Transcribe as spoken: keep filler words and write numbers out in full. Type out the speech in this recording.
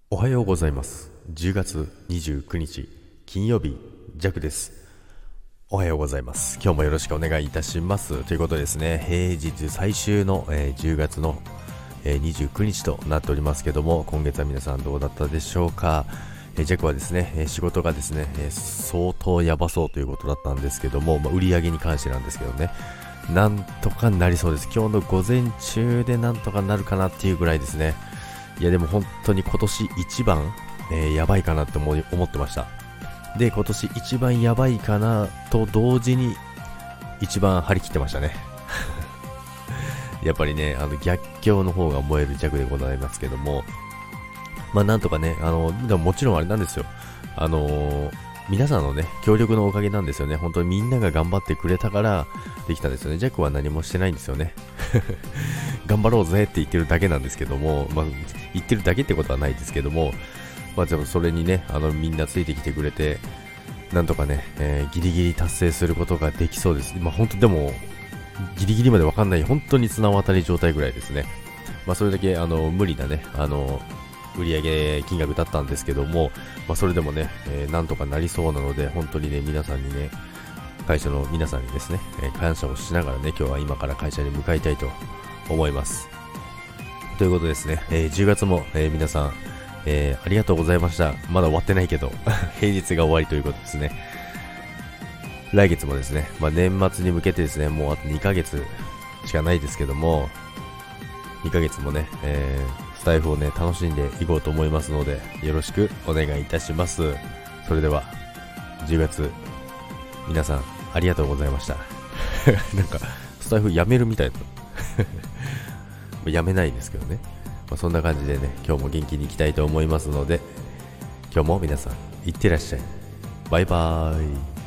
おはようございます。じゅうがつにじゅうくにち金曜日、ジャクです。おはようございます。今日もよろしくお願いいたします。ということでですね、平日最終の、えーじゅうがつの、えーにじゅうくにちとなっておりますけども、今月は皆さんどうだったでしょうか。えージャクはですね、えー仕事がですね、えー相当やばそうということだったんですけども、まあ、売り上げに関してなんですけどね、なんとかなりそうです。今日の午前中でなんとかなるかなっていうぐらいですね。いやでも本当に今年一番、えーやばいかなって思い思ってました。で、今年一番やばいかなと同時に一番張り切ってましたね。やっぱりね、あの逆境の方が燃える弱でございますけども、まあなんとかね、あの、でももちろんあれなんですよ。あのー皆さんのね、協力のおかげなんですよね。本当にみんなが頑張ってくれたからできたんですよね。ジャックは何もしてないんですよね。頑張ろうぜって言ってるだけなんですけども、まあ、言ってるだけってことはないですけども、まあ、でもそれにね、あのみんなついてきてくれて、なんとかね、えーギリギリ達成することができそうです。まあ、本当でも、ギリギリまでわかんない、本当に綱渡り状態ぐらいですね。まあ、それだけあの無理なね、あの売上金額だったんですけども、まあ、それでもね、えーなんとかなりそうなので、本当にね、皆さんにね、会社の皆さんにですね、えー感謝をしながらね、今日は今から会社に向かいたいと思います。ということですね、えーじゅうがつも、えー皆さん、えーありがとうございました。まだ終わってないけど、平日が終わりということですね。来月もですね、まあ、年末に向けてですね、もうあとにかげつしかないですけども、にかげつもね、えースタイフをね、楽しんでいこうと思いますので、よろしくお願いいたします。それでは、じゅうがつ、皆さん、ありがとうございました。なんか、スタイフやめるみたいな。やめないんですけどね。まあ、そんな感じでね、今日も元気にいきたいと思いますので、今日も皆さん、いってらっしゃい。バイバーイ。